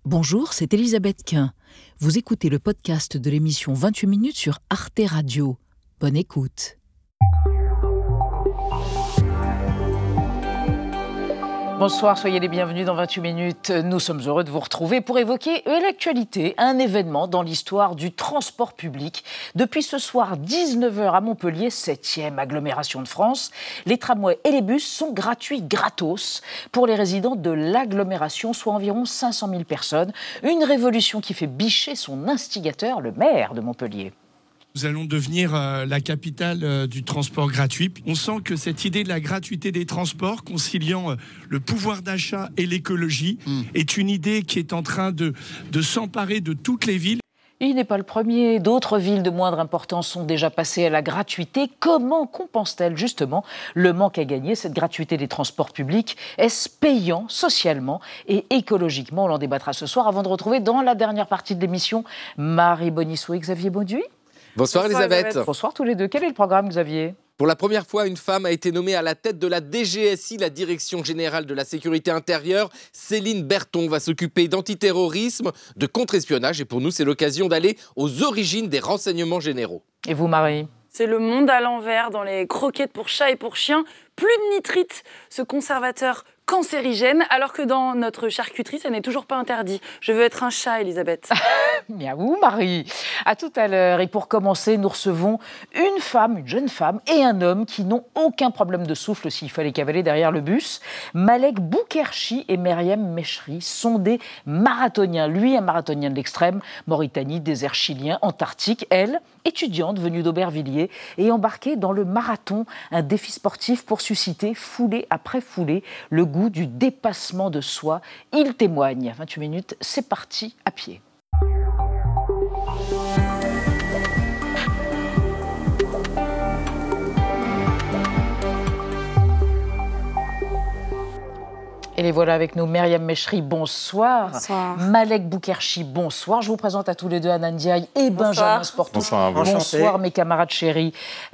Bonjour, c'est Elisabeth Quint. Vous écoutez le podcast de l'émission 28 minutes sur Arte Radio. Bonne écoute. Bonsoir, soyez les bienvenus dans 28 minutes. Nous sommes heureux de vous retrouver pour évoquer l'actualité, un événement dans l'histoire du transport public. Depuis ce soir, 19h à Montpellier, 7e agglomération de France, les tramways et les bus sont gratuits gratos pour les résidents de l'agglomération, soit environ 500 000 personnes. Une révolution qui fait bicher son instigateur, le maire de Montpellier. Nous allons devenir la capitale du transport gratuit. On sent que cette idée de la gratuité des transports, conciliant le pouvoir d'achat et l'écologie, est une idée qui est en train de s'emparer de toutes les villes. Il n'est pas le premier. D'autres villes de moindre importance sont déjà passées à la gratuité. Comment compense-t-elle justement le manque à gagner, cette gratuité des transports publics? Est-ce payant socialement et écologiquement? On en débattra ce soir avant de retrouver dans la dernière partie de l'émission Marie Bonisseau et Xavier Bauduit. Bonsoir Elisabeth. Bonsoir tous les deux. Quel est le programme, Xavier ? Pour la première fois, une femme a été nommée à la tête de la DGSI, la Direction Générale de la Sécurité Intérieure. Céline Berthon va s'occuper d'antiterrorisme, de contre-espionnage. Et pour nous, c'est l'occasion d'aller aux origines des renseignements généraux. Et vous, Marie ? C'est le monde à l'envers dans les croquettes pour chats et pour chiens. Plus de nitrite, ce conservateur cancérigène, alors que dans notre charcuterie, ça n'est toujours pas interdit. Je veux être un chat, Elisabeth. Miaou, Marie. À tout à l'heure. Et pour commencer, nous recevons une femme, une jeune femme et un homme qui n'ont aucun problème de souffle s'il fallait cavaler derrière le bus. Malek Boukerchi et Myriam Mechri sont des marathoniens. Lui, un marathonien de l'extrême, Mauritanie, désert chilien, Antarctique. Elle, étudiante venue d'Aubervilliers et embarquée dans le marathon, un défi sportif pour susciter, foulée après foulée, le goût du dépassement de soi. Il témoigne. 28 minutes, c'est parti à pied. Et les voilà avec nous. Myriam Mechri, bonsoir. Bonsoir. Malek Boukerchi, bonsoir. Je vous présente à tous les deux Anna Ndiaye et Benjamin Sportou. Bonsoir. Bonsoir mes camarades chéris.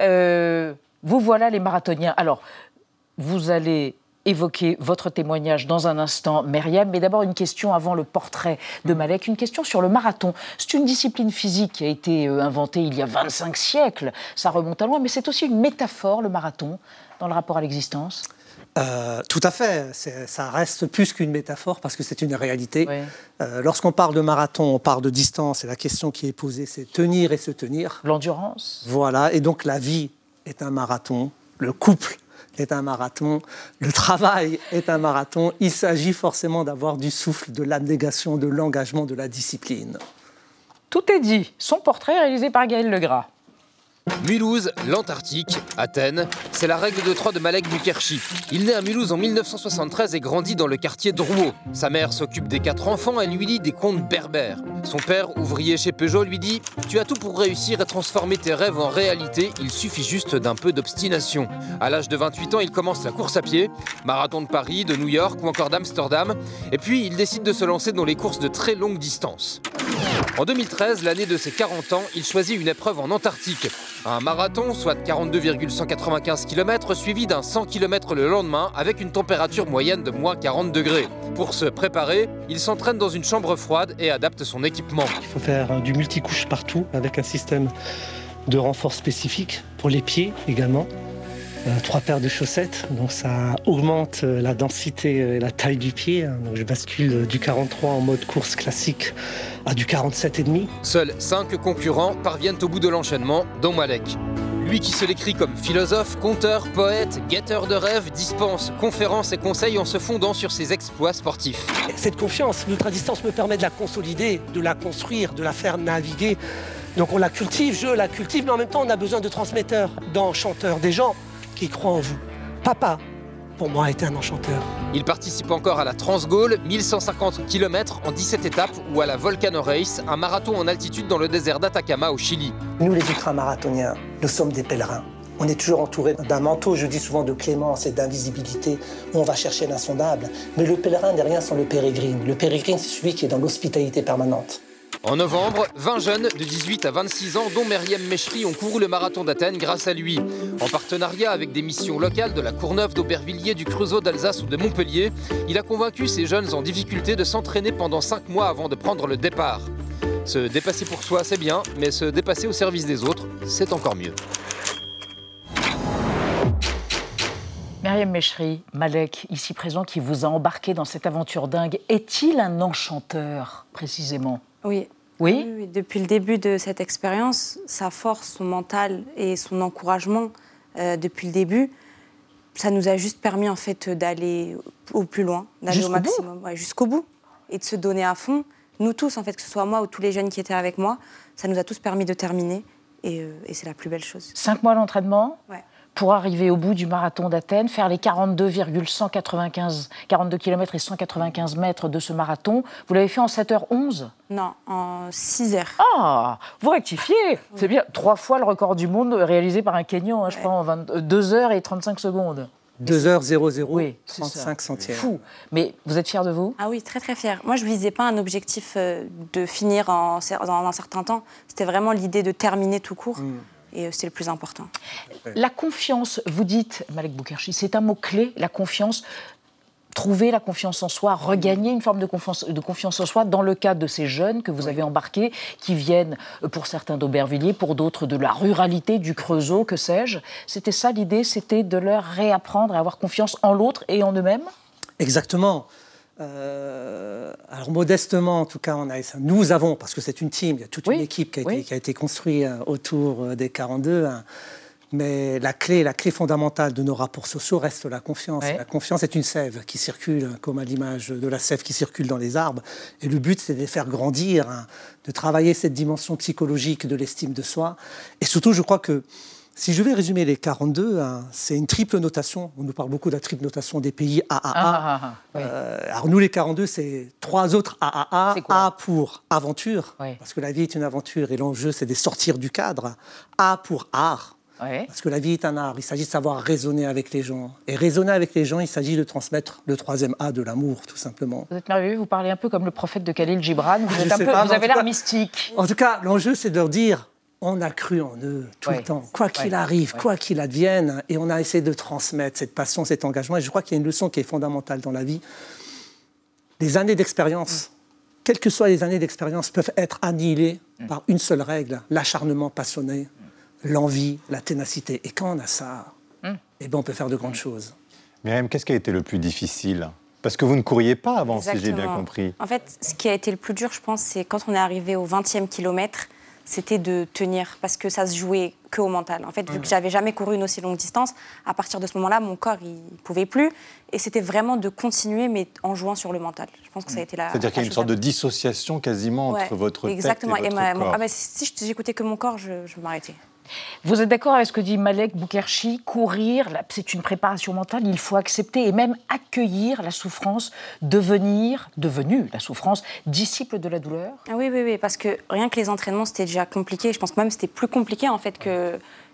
Vous voilà les marathoniens. Alors, vous allez évoquer votre témoignage dans un instant, Myriam. Mais d'abord, une question avant le portrait de Malek. Une question sur le marathon. C'est une discipline physique qui a été inventée il y a 25 siècles. Ça remonte à loin, mais c'est aussi une métaphore, le marathon, dans le rapport à l'existence. Tout à fait. Ça reste plus qu'une métaphore parce que c'est une réalité. Oui. Lorsqu'on parle de marathon, on parle de distance et la question qui est posée, c'est tenir et se tenir. L'endurance. Voilà. Et donc la vie est un marathon, le couple est un marathon, le travail est un marathon. Il s'agit forcément d'avoir du souffle, de l'abnégation, de l'engagement, de la discipline. Tout est dit. Son portrait réalisé par Gaël Legras. Mulhouse, l'Antarctique, Athènes, c'est la règle de 3 de Malek Boukerchi. Il naît à Mulhouse en 1973 et grandit dans le quartier de Rouault. Sa mère s'occupe des 4 enfants et lui lit des contes berbères. Son père, ouvrier chez Peugeot, lui dit « Tu as tout pour réussir et transformer tes rêves en réalité, il suffit juste d'un peu d'obstination. » À l'âge de 28 ans, il commence la course à pied, marathon de Paris, de New York ou encore d'Amsterdam. Et puis, il décide de se lancer dans les courses de très longue distance. En 2013, l'année de ses 40 ans, il choisit une épreuve en Antarctique. Un marathon, soit 42,195 km, suivi d'un 100 km le lendemain, avec une température moyenne de moins 40 degrés. Pour se préparer, il s'entraîne dans une chambre froide et adapte son équipement. Il faut faire du multicouche partout, avec un système de renfort spécifique pour les pieds également. 3 paires de chaussettes, donc ça augmente la densité et la taille du pied. Donc je bascule du 43 en mode course classique à du 47,5. Seuls 5 concurrents parviennent au bout de l'enchaînement, dont Malek. Lui qui se décrit comme philosophe, conteur, poète, guetteur de rêves, dispense conférences et conseils en se fondant sur ses exploits sportifs. Cette confiance, l'ultra-distance me permet de la consolider, de la construire, de la faire naviguer. Donc on la cultive, je la cultive, mais en même temps on a besoin de transmetteurs, d'enchanteurs, des gens qui croient en vous. Papa, pour moi, a été un enchanteur. Il participe encore à la Transgaulle, 1150 km en 17 étapes, ou à la Volcano Race, un marathon en altitude dans le désert d'Atacama au Chili. Nous, les ultramarathoniens, nous sommes des pèlerins. On est toujours entouré d'un manteau, je dis souvent de clémence et d'invisibilité, où on va chercher l'insondable. Mais le pèlerin n'est rien sans le pérégrine. Le pérégrine, c'est celui qui est dans l'hospitalité permanente. En novembre, 20 jeunes de 18 à 26 ans, dont Meriem Mechri, ont couru le marathon d'Athènes grâce à lui. En partenariat avec des missions locales de la Courneuve, d'Aubervilliers, du Creusot, d'Alsace ou de Montpellier, il a convaincu ces jeunes en difficulté de s'entraîner pendant 5 mois avant de prendre le départ. Se dépasser pour soi, c'est bien, mais se dépasser au service des autres, c'est encore mieux. Meriem Mechri, Malek, ici présent, qui vous a embarqué dans cette aventure dingue, est-il un enchanteur, précisément ? Oui. Oui ? Oui, depuis le début de cette expérience, sa force, son mental et son encouragement depuis le début, ça nous a juste permis en fait d'aller au plus loin, d'aller au maximum, jusqu'au bout, et de se donner à fond. Nous tous, en fait, que ce soit moi ou tous les jeunes qui étaient avec moi, ça nous a tous permis de terminer, et c'est la plus belle chose. 5 mois d'entraînement ? Ouais. Pour arriver au bout du marathon d'Athènes, faire les 42 km et 195 mètres de ce marathon. Vous l'avez fait en 7h11 ? Non, en 6h. Ah, vous rectifiez. C'est bien. 3 fois le record du monde réalisé par un Kényan, je crois, en 2h et 35 secondes. 2h00, oui, 35 centièmes. Fou. Mais vous êtes fiers de vous ? Ah oui, très très fière. Moi, je ne visais pas un objectif de finir en un certain temps. C'était vraiment l'idée de terminer tout court. Et c'est le plus important. La confiance, vous dites, Malek Boukerchi, c'est un mot-clé, la confiance. Trouver la confiance en soi, regagner une forme de confiance en soi dans le cadre de ces jeunes que vous avez embarqués, qui viennent pour certains d'Aubervilliers, pour d'autres de la ruralité, du Creusot, que sais-je. C'était ça l'idée, c'était de leur réapprendre à avoir confiance en l'autre et en eux-mêmes ? Exactement. Alors modestement, en tout cas, nous avons, parce que c'est une team, il y a toute une équipe qui a été construite autour des 42, mais la clé fondamentale de nos rapports sociaux reste la confiance. La confiance est une sève qui circule, comme à l'image de la sève qui circule dans les arbres, et le but, c'est de les faire grandir, de travailler cette dimension psychologique de l'estime de soi, et surtout, je crois que si je vais résumer les 42, c'est une triple notation. On nous parle beaucoup de la triple notation des pays AAA. Alors nous, les 42, c'est 3 autres AAA. A pour aventure, parce que la vie est une aventure et l'enjeu, c'est de sortir du cadre. A pour art, parce que la vie est un art. Il s'agit de savoir raisonner avec les gens. Et raisonner avec les gens, il s'agit de transmettre le 3e A de l'amour, tout simplement. Vous êtes merveilleux, vous parlez un peu comme le prophète de Khalil Gibran. Vous avez l'air mystique. En tout cas, l'enjeu, c'est de leur dire... On a cru en eux tout le temps, quoi qu'il arrive, quoi qu'il advienne, et on a essayé de transmettre cette passion, cet engagement. Et je crois qu'il y a une leçon qui est fondamentale dans la vie. Les années d'expérience, quelles que soient les années d'expérience, peuvent être annihilées par une seule règle, l'acharnement passionné, l'envie, la ténacité. Et quand on a ça, eh ben on peut faire de grandes choses. Myriam, qu'est-ce qui a été le plus difficile ? Parce que vous ne couriez pas avant, Exactement. si j'ai bien compris. En fait, ce qui a été le plus dur, je pense, c'est quand on est arrivé au 20e kilomètre, c'était de tenir, parce que ça se jouait que au mental. En fait, vu que j'avais jamais couru une aussi longue distance, à partir de ce moment-là, mon corps, il pouvait plus. Et c'était vraiment de continuer, mais en jouant sur le mental. Je pense que ça a été C'est-à-dire qu'il y a une sorte de dissociation quasiment entre votre tête et votre corps. Si j'écoutais que mon corps, je m'arrêtais. Vous êtes d'accord avec ce que dit Malek Boukerchi ? Courir, c'est une préparation mentale, il faut accepter et même accueillir la souffrance, devenue la souffrance, disciple de la douleur ? Oui, parce que rien que les entraînements, c'était déjà compliqué. Je pense que même c'était plus compliqué en fait que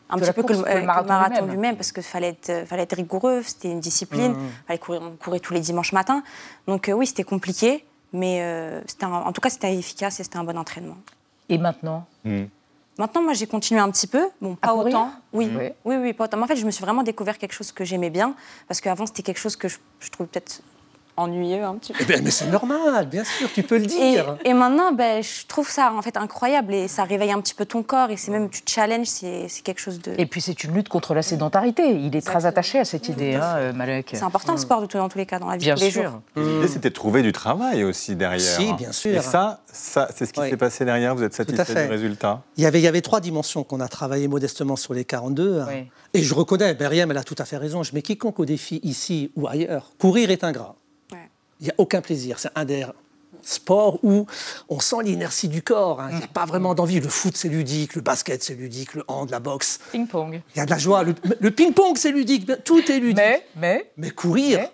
le marathon lui-même, parce qu'il fallait être rigoureux, c'était une discipline, on courait tous les dimanches matins. Donc oui, c'était compliqué, mais en tout cas, c'était efficace et c'était un bon entraînement. Et maintenant Maintenant, moi, j'ai continué un petit peu. Bon, pas autant. Oui, pas autant. Mais en fait, je me suis vraiment découvert quelque chose que j'aimais bien. Parce qu'avant, c'était quelque chose que je trouvais peut-être ennuyeux un petit peu. Mais c'est normal, bien sûr, tu peux le dire. Et maintenant, je trouve ça en fait incroyable. Et ça réveille un petit peu ton corps. Et c'est même, tu te challenges, c'est quelque chose de... Et puis, c'est une lutte contre la sédentarité. Il est très attaché à cette idée, Malek. C'est important, le sport, dans tous les cas, dans la vie de tous les jours. L'idée, c'était de trouver du travail aussi derrière. Si, bien sûr. Et ça c'est ce qui s'est passé derrière. Vous êtes satisfait du résultat ? Il y avait 3 dimensions qu'on a travaillé modestement sur les 42. Et je reconnais, Myriam, elle a tout à fait raison. Je mets quiconque au défi, ici ou ailleurs. Courir est ingrat. Il n'y a aucun plaisir. C'est un des sports où on sent l'inertie du corps. Il n'y a pas vraiment d'envie. Le foot, c'est ludique. Le basket, c'est ludique. Le hand, la boxe. Ping-pong. Il y a de la joie. Le ping-pong, c'est ludique. Tout est ludique. Mais courir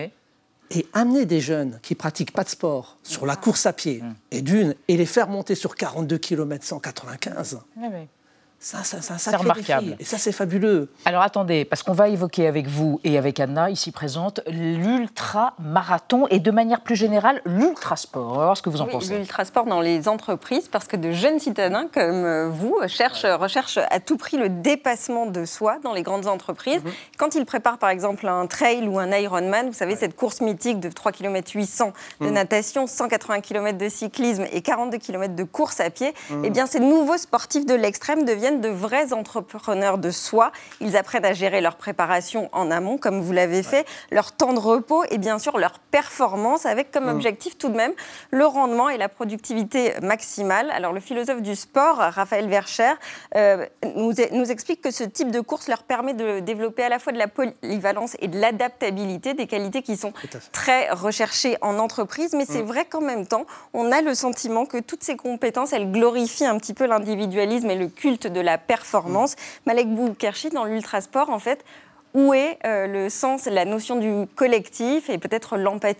et amener des jeunes qui ne pratiquent pas de sport sur la course à pied et les faire monter sur 42 km 195, C'est un sacré remarquable. défi. Et ça, c'est fabuleux. Alors attendez, parce qu'on va évoquer avec vous et avec Anna, ici présente, l'ultra-marathon et de manière plus générale, l'ultrasport. On va voir ce que vous en pensez. L'ultrasport dans les entreprises, parce que de jeunes citadins comme vous recherchent à tout prix le dépassement de soi dans les grandes entreprises. Quand ils préparent par exemple un trail ou un Ironman, vous savez, cette course mythique de 3 km 800 de natation, 180 km de cyclisme et 42 km de course à pied, eh bien ces nouveaux sportifs de l'extrême deviennent de vrais entrepreneurs de soi. Ils apprennent à gérer leur préparation en amont, comme vous l'avez fait, leur temps de repos et bien sûr leur performance, avec comme objectif tout de même le rendement et la productivité maximale. Alors le philosophe du sport, Raphaël Verscher, nous explique que ce type de course leur permet de développer à la fois de la polyvalence et de l'adaptabilité, des qualités qui sont très recherchées en entreprise, mais c'est vrai qu'en même temps, on a le sentiment que toutes ces compétences, elles glorifient un petit peu l'individualisme et le culte de la performance. Malek Boukerchi, dans l'ultrasport, en fait, où est le sens, la notion du collectif et peut-être l'empathie ?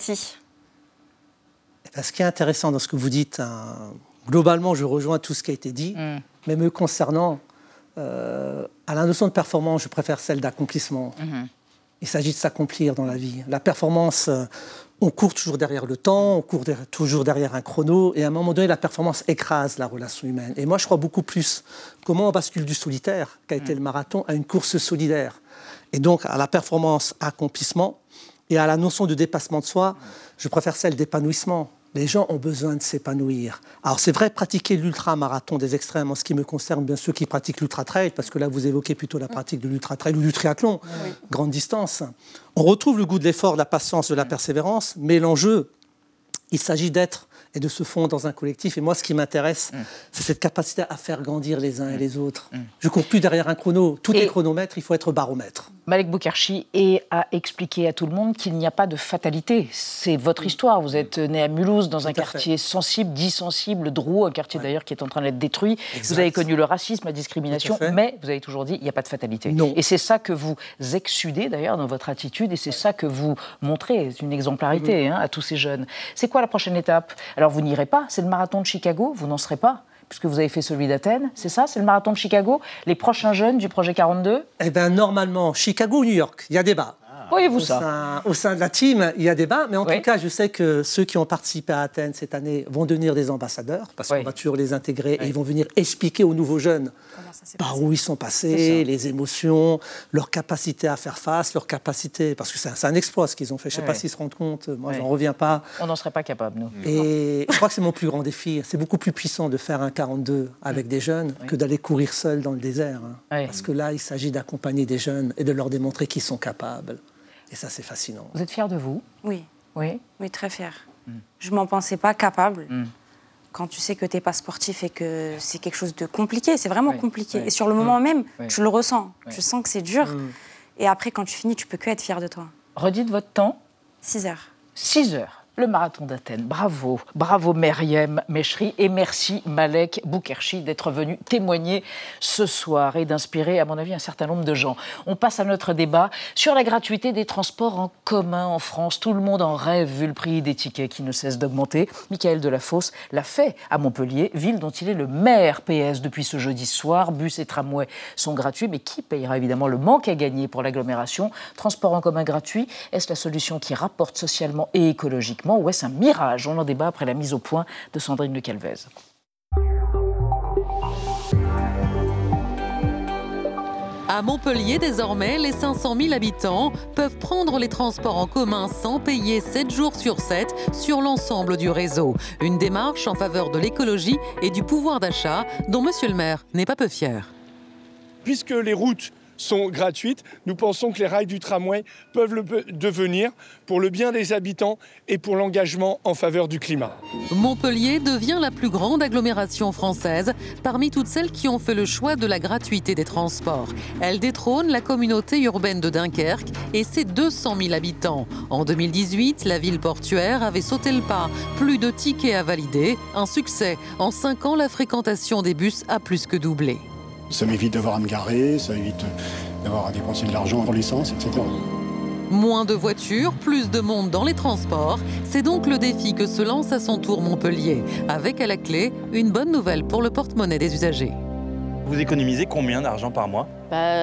Ce qui est intéressant dans ce que vous dites, globalement, je rejoins tout ce qui a été dit, mais me concernant, à la notion de performance, je préfère celle d'accomplissement. Il s'agit de s'accomplir dans la vie. La performance, on court toujours derrière le temps, on court toujours derrière un chrono, et à un moment donné, la performance écrase la relation humaine. Et moi, je crois beaucoup plus comment on bascule du solitaire, qu'a été le marathon, à une course solidaire. Et donc, à la performance, accomplissement, et à la notion de dépassement de soi, je préfère celle d'épanouissement. Les gens ont besoin de s'épanouir. Alors c'est vrai, pratiquer l'ultra-marathon des extrêmes, en ce qui me concerne, bien ceux qui pratiquent l'ultra-trail, parce que là vous évoquez plutôt la pratique de l'ultra-trail ou du triathlon, grande distance. On retrouve le goût de l'effort, de la patience, de la persévérance, mais l'enjeu, il s'agit d'être et de se fondre dans un collectif. Et moi, ce qui m'intéresse, c'est cette capacité à faire grandir les uns et les autres. Je ne cours plus derrière un chrono. Tout est chronomètre, il faut être baromètre. Malek Boukerchi a expliqué à tout le monde qu'il n'y a pas de fatalité. C'est votre histoire. Vous êtes né à Mulhouse, dans un quartier sensible, dit sensible, Drouot, un quartier d'ailleurs qui est en train d'être détruit. Exact. Vous avez connu le racisme, la discrimination, mais vous avez toujours dit il n'y a pas de fatalité. Non. Et c'est ça que vous exsudez d'ailleurs dans votre attitude et c'est ça que vous montrez. C'est une exemplarité à tous ces jeunes. C'est quoi la prochaine étape ? Alors vous n'irez pas, c'est le marathon de Chicago, vous n'en serez pas, puisque vous avez fait celui d'Athènes, c'est ça, c'est le marathon de Chicago, les prochains jeunes du projet 42 ? Eh bien normalement, Chicago ou New York, il y a débat. Voyez-vous ça ? Au sein de la team, il y a débat, mais en tout cas, je sais que ceux qui ont participé à Athènes cette année vont devenir des ambassadeurs, parce qu'on va toujours les intégrer, et ils vont venir expliquer aux nouveaux jeunes par où ils sont passés, les émotions, leur capacité à faire face, leur capacité, parce que c'est un exploit ce qu'ils ont fait, je ne sais pas s'ils se rendent compte, moi j'en reviens pas. On n'en serait pas capable, nous. Et je crois que c'est mon plus grand défi, c'est beaucoup plus puissant de faire un 42 avec des jeunes que d'aller courir seul dans le désert, parce que là, il s'agit d'accompagner des jeunes et de leur démontrer qu'ils sont capables. Et ça, c'est fascinant. Vous êtes fière de vous ? Oui. Oui, très fière. Je ne m'en pensais pas capable. Quand tu sais que tu n'es pas sportif et que c'est quelque chose de compliqué, c'est vraiment compliqué. Et sur le moment même, tu le ressens. Tu sens que c'est dur. Et après, quand tu finis, tu peux que être fière de toi. Redites votre temps ? 6 heures. 6 heures. Le marathon d'Athènes. Bravo. Bravo Meriem Mechri et merci Malek Boukerchi d'être venu témoigner ce soir et d'inspirer, à mon avis, un certain nombre de gens. On passe à notre débat sur la gratuité des transports en commun en France. Tout le monde en rêve vu le prix des tickets qui ne cesse d'augmenter. Mickaël Delafosse l'a fait à Montpellier, ville dont il est le maire PS depuis ce jeudi soir. Bus et tramways sont gratuits, mais qui payera évidemment le manque à gagner pour l'agglomération ? Transport en commun gratuit, est-ce la solution qui rapporte socialement et écologiquement ? Ou est-ce un mirage ? On en débat après la mise au point de Sandrine Le Calvez. À Montpellier, désormais, les 500 000 habitants peuvent prendre les transports en commun sans payer 7 jours sur 7 sur l'ensemble du réseau. Une démarche en faveur de l'écologie et du pouvoir d'achat dont Monsieur le maire n'est pas peu fier. Puisque les routes sont gratuites, nous pensons que les rails du tramway peuvent le devenir pour le bien des habitants et pour l'engagement en faveur du climat. Montpellier devient la plus grande agglomération française parmi toutes celles qui ont fait le choix de la gratuité des transports. Elle détrône la communauté urbaine de Dunkerque et ses 200 000 habitants. En 2018, la ville portuaire avait sauté le pas. Plus de tickets à valider, un succès. En 5 ans, la fréquentation des bus a plus que doublé. Ça m'évite d'avoir à me garer, ça évite d'avoir à dépenser de l'argent pour l'essence, etc. Moins de voitures, plus de monde dans les transports. C'est donc le défi que se lance à son tour Montpellier, avec à la clé une bonne nouvelle pour le porte-monnaie des usagers. Vous économisez combien d'argent par mois ?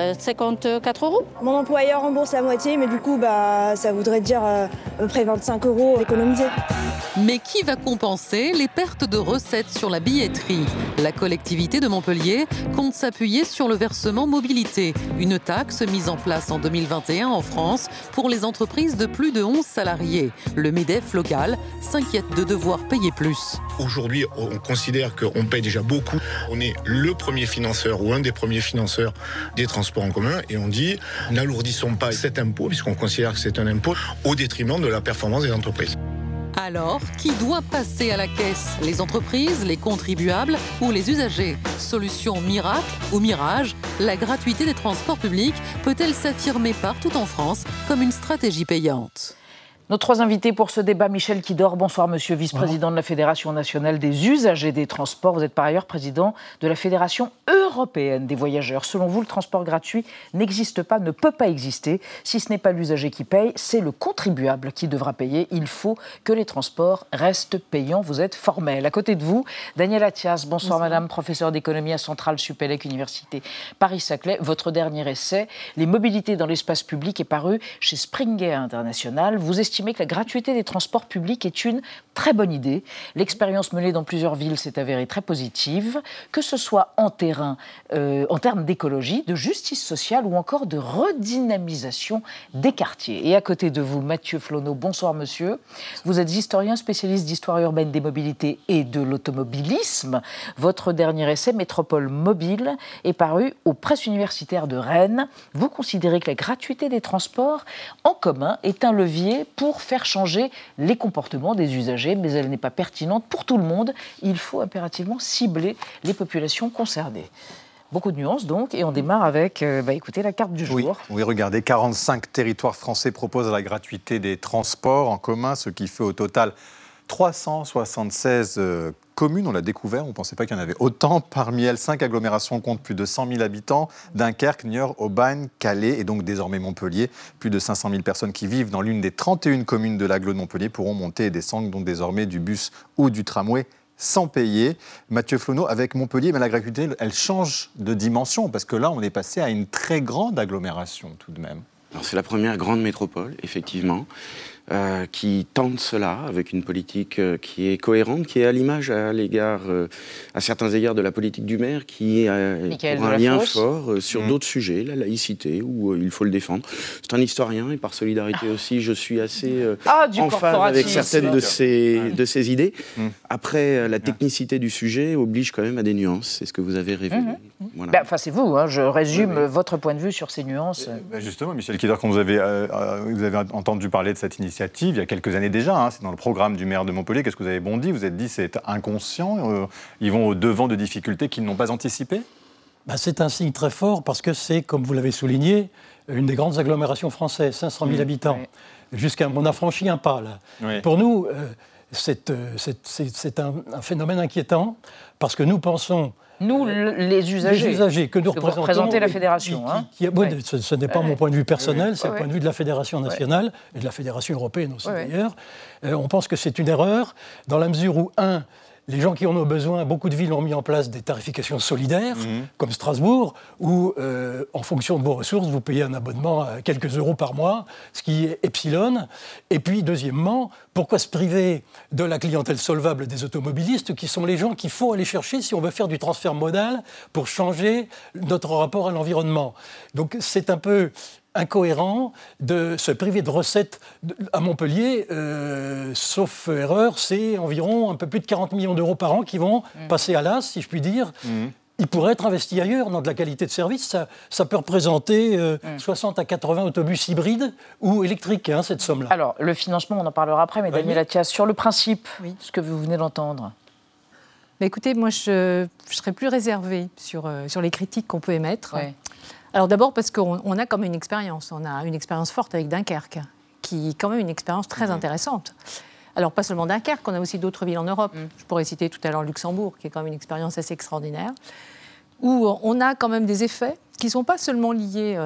54 €. Mon employeur rembourse la moitié, mais du coup, ça voudrait dire à peu près 25 € économisés. Mais qui va compenser les pertes de recettes sur la billetterie ? La collectivité de Montpellier compte s'appuyer sur le versement mobilité, une taxe mise en place en 2021 en France pour les entreprises de plus de 11 salariés. Le MEDEF local s'inquiète de devoir payer plus. Aujourd'hui, on considère qu'on paye déjà beaucoup. On est le premier financeur ou un des premiers financeurs des transports en commun et on dit n'alourdissons pas cet impôt puisqu'on considère que c'est un impôt au détriment de la performance des entreprises. Alors, qui doit passer à la caisse ? Les entreprises, les contribuables ou les usagers ? Solution miracle ou mirage ? La gratuité des transports publics peut-elle s'affirmer partout en France comme une stratégie payante ? Nos trois invités pour ce débat, Michel Kidor, bonsoir monsieur, vice-président de la Fédération nationale des usagers des transports. Vous êtes par ailleurs président de la Fédération européenne des voyageurs. Selon vous, le transport gratuit n'existe pas, ne peut pas exister. Si ce n'est pas l'usager qui paye, c'est le contribuable qui devra payer. Il faut que les transports restent payants. Vous êtes formel. À côté de vous, Daniel Attias, bonsoir madame, professeur d'économie à Centrale Supélec, Université Paris-Saclay. Votre dernier essai, Les mobilités dans l'espace public, est paru chez Springer International. Vous estimez que la gratuité des transports publics est une très bonne idée. L'expérience menée dans plusieurs villes s'est avérée très positive, que ce soit en termes d'écologie, de justice sociale ou encore de redynamisation des quartiers. Et à côté de vous, Mathieu Flonneau, bonsoir monsieur. Vous êtes historien spécialiste d'histoire urbaine des mobilités et de l'automobilisme. Votre dernier essai, Métropole mobile, est paru aux presses universitaires de Rennes. Vous considérez que la gratuité des transports en commun est un levier pour faire changer les comportements des usagers, mais elle n'est pas pertinente pour tout le monde. Il faut impérativement cibler les populations concernées. Beaucoup de nuances donc, et on démarre avec, écoutez, la carte du jour. Oui, regardez, 45 territoires français proposent la gratuité des transports en commun, ce qui fait au total 376 communes, on l'a découvert, on ne pensait pas qu'il y en avait autant. Parmi elles, 5 agglomérations comptent plus de 100 000 habitants. Dunkerque, Niort, Aubagne, Calais et donc désormais Montpellier. Plus de 500 000 personnes qui vivent dans l'une des 31 communes de l'agglo de Montpellier pourront monter et descendre donc désormais du bus ou du tramway sans payer. Mathieu Flonneau, avec Montpellier, mais la gratuité, elle change de dimension parce que là, on est passé à une très grande agglomération tout de même. Alors, c'est la première grande métropole, effectivement, qui tente cela avec une politique qui est cohérente, qui est à l'image à certains égards de la politique du maire, qui a un lien fort sur d'autres sujets, la laïcité, où il faut le défendre. C'est un historien et par solidarité aussi, je suis assez en phase avec certaines de ces idées. Après, la technicité du sujet oblige quand même à des nuances, c'est ce que vous avez révélé. Voilà. C'est vous, je résume votre point de vue sur ces nuances. Justement, Michel Kidor, quand vous avez entendu parler de cette initiative, il y a quelques années déjà, c'est dans le programme du maire de Montpellier, qu'est-ce que vous avez bondi ? Vous êtes dit c'est inconscient, ils vont au-devant de difficultés qu'ils n'ont pas anticipées ? C'est un signe très fort parce que c'est, comme vous l'avez souligné, une des grandes agglomérations françaises, 500 000 habitants. On a franchi un pas là. Oui. Pour nous, c'est un phénomène inquiétant parce que nous pensons... Nous, les usagers que nous représentons, représentez la fédération. Ce n'est pas mon point de vue personnel, c'est le point de vue de la Fédération nationale et de la Fédération européenne aussi d'ailleurs. On pense que c'est une erreur dans la mesure où, les gens qui en ont besoin, beaucoup de villes ont mis en place des tarifications solidaires, comme Strasbourg, où, en fonction de vos ressources, vous payez un abonnement à quelques euros par mois, ce qui est epsilon. Et puis, deuxièmement, pourquoi se priver de la clientèle solvable des automobilistes, qui sont les gens qu'il faut aller chercher si on veut faire du transfert modal pour changer notre rapport à l'environnement. Donc, c'est un peu incohérent de se priver de recettes à Montpellier, sauf erreur, c'est environ un peu plus de 40 millions d'euros par an qui vont passer à l'as, si je puis dire. Ils pourraient être investis ailleurs, dans de la qualité de service. Ça peut représenter 60 à 80 autobus hybrides ou électriques, cette somme-là. Alors, le financement, on en parlera après, mais Daniel Attias, sur le principe, ce que vous venez d'entendre. Écoutez, moi, je serais plus réservée sur les critiques qu'on peut émettre. Alors d'abord parce qu'on a quand même une expérience. On a une expérience forte avec Dunkerque, qui est quand même une expérience très intéressante. Alors pas seulement Dunkerque, on a aussi d'autres villes en Europe. Je pourrais citer tout à l'heure Luxembourg, qui est quand même une expérience assez extraordinaire, où on a quand même des effets qui ne sont pas seulement liés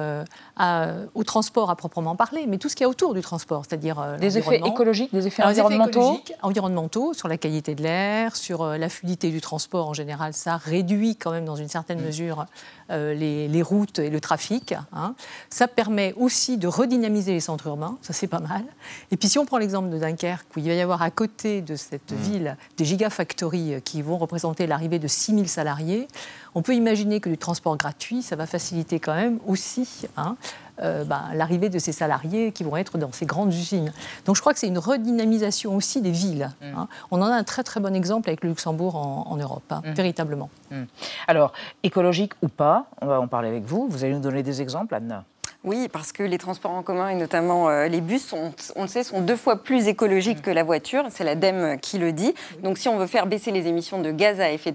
au transport à proprement parler, mais tout ce qu'il y a autour du transport, c'est-à-dire des effets écologiques, des effets environnementaux, sur la qualité de l'air, sur la fluidité du transport en général. Ça réduit quand même dans une certaine mesure les routes et le trafic. Hein. Ça permet aussi de redynamiser les centres urbains, ça c'est pas mal. Et puis si on prend l'exemple de Dunkerque, où il va y avoir à côté de cette ville des gigafactories qui vont représenter l'arrivée de 6000 salariés, on peut imaginer que du transport gratuit, ça va faciliter quand même aussi l'arrivée de ces salariés qui vont être dans ces grandes usines. Donc je crois que c'est une redynamisation aussi des villes. Hein. On en a un très très bon exemple avec le Luxembourg en Europe, véritablement. Alors, écologique ou pas, on va en parler avec vous. Vous allez nous donner des exemples, Anna? Oui, parce que les transports en commun et notamment les bus, on le sait, sont 2 fois plus écologiques que la voiture. C'est l'ADEME qui le dit. Donc si on veut faire baisser les émissions de gaz à effet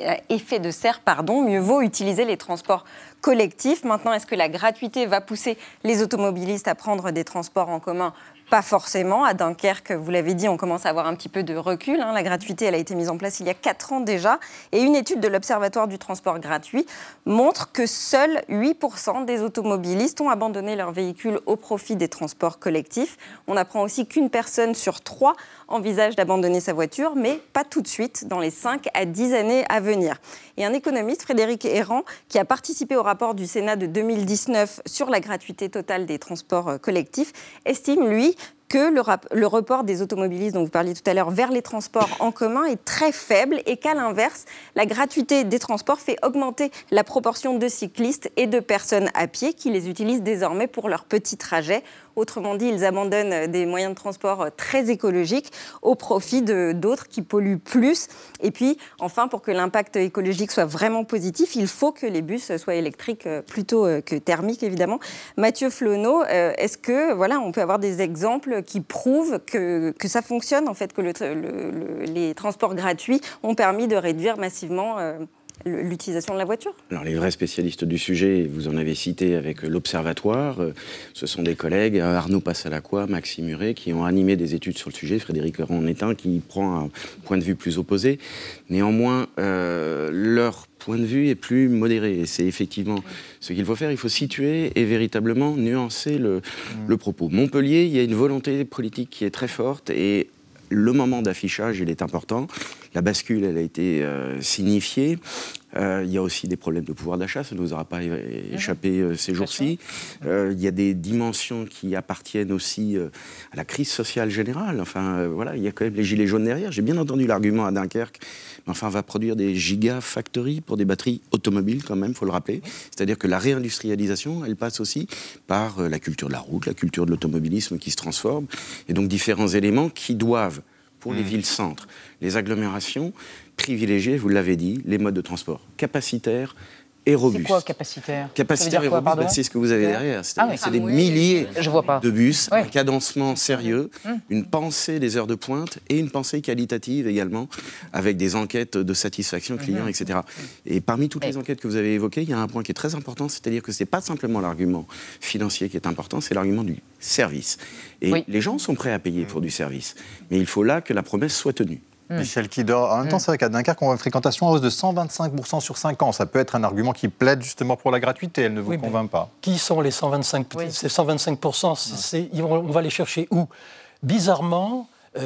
de serre, mieux vaut utiliser les transports collectifs. Maintenant, est-ce que la gratuité va pousser les automobilistes à prendre des transports en commun ? Pas forcément. À Dunkerque, vous l'avez dit, on commence à avoir un petit peu de recul. La gratuité, elle a été mise en place il y a 4 ans déjà. Et une étude de l'Observatoire du transport gratuit montre que seuls 8% des automobilistes ont abandonné leur véhicule au profit des transports collectifs. On apprend aussi qu'une personne sur 3 envisage d'abandonner sa voiture, mais pas tout de suite, dans les 5 à 10 années à venir. Et un économiste, Frédéric Errand, qui a participé au rapport du Sénat de 2019 sur la gratuité totale des transports collectifs, estime, lui, que le report des automobilistes dont vous parliez tout à l'heure vers les transports en commun est très faible et qu'à l'inverse, la gratuité des transports fait augmenter la proportion de cyclistes et de personnes à pied qui les utilisent désormais pour leurs petits trajets. Autrement dit, ils abandonnent des moyens de transport très écologiques au profit d'autres qui polluent plus. Et puis, enfin, pour que l'impact écologique soit vraiment positif, il faut que les bus soient électriques plutôt que thermiques, évidemment. Mathieu Flonneau, est-ce que, on peut avoir des exemples qui prouvent que ça fonctionne, en fait, que les transports gratuits ont permis de réduire massivement l'utilisation de la voiture? Alors les vrais spécialistes du sujet, vous en avez cité avec l'Observatoire, ce sont des collègues, Arnaud Passalacqua, Maxime Muret, qui ont animé des études sur le sujet. Frédéric Errand en est un qui prend un point de vue plus opposé. Néanmoins, leur point de vue est plus modéré. Et c'est effectivement ce qu'il faut faire. Il faut situer et véritablement nuancer le propos. Montpellier, il y a une volonté politique qui est très forte et le moment d'affichage, il est important. La bascule, elle a été signifiée. Il y a aussi des problèmes de pouvoir d'achat, ça ne nous aura pas échappé ces jours-ci. Il y a des dimensions qui appartiennent aussi à la crise sociale générale. Enfin, il y a quand même les gilets jaunes derrière. J'ai bien entendu l'argument à Dunkerque. Mais enfin, on va produire des gigafactories pour des batteries automobiles, quand même, il faut le rappeler. C'est-à-dire que la réindustrialisation, elle passe aussi par la culture de la route, la culture de l'automobilisme qui se transforme. Et donc, différents éléments qui doivent, pour les villes-centres, les agglomérations, privilégier, vous l'avez dit, les modes de transport capacitaires et robustes. C'est quoi capacitaire? Capacitaire et robuste, c'est ce que vous avez derrière. C'est des milliers de bus, un cadencement sérieux, une pensée des heures de pointe et une pensée qualitative également, avec des enquêtes de satisfaction client, etc. Et parmi toutes les enquêtes que vous avez évoquées, il y a un point qui est très important, c'est-à-dire que ce n'est pas simplement l'argument financier qui est important, c'est l'argument du service. Et les gens sont prêts à payer pour du service, mais il faut là que la promesse soit tenue. Michel Quidor, en même temps, c'est vrai qu'à Dunkerque, on a une fréquentation en hausse de 125% sur 5 ans. Ça peut être un argument qui plaide justement pour la gratuité, elle ne vous convainc pas. Qui sont les 125%? Ces 125%, on va les chercher où? Bizarrement,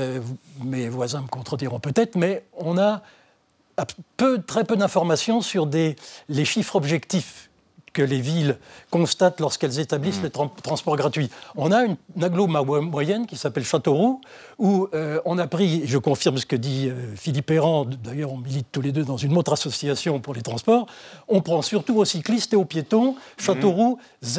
mes voisins me contrediront peut-être, mais on a très peu d'informations sur les chiffres objectifs que les villes constatent lorsqu'elles établissent les transports gratuits. On a une agglomération moyenne qui s'appelle Châteauroux, où on a pris, je confirme ce que dit Philippe Errand, d'ailleurs on milite tous les deux dans une autre association pour les transports, on prend surtout aux cyclistes et aux piétons. Châteauroux,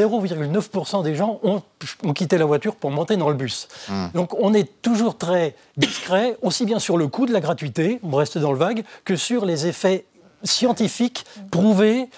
0,9% des gens ont quitté la voiture pour monter dans le bus. Donc on est toujours très discret, aussi bien sur le coût de la gratuité, on reste dans le vague, que sur les effets scientifiques prouvés,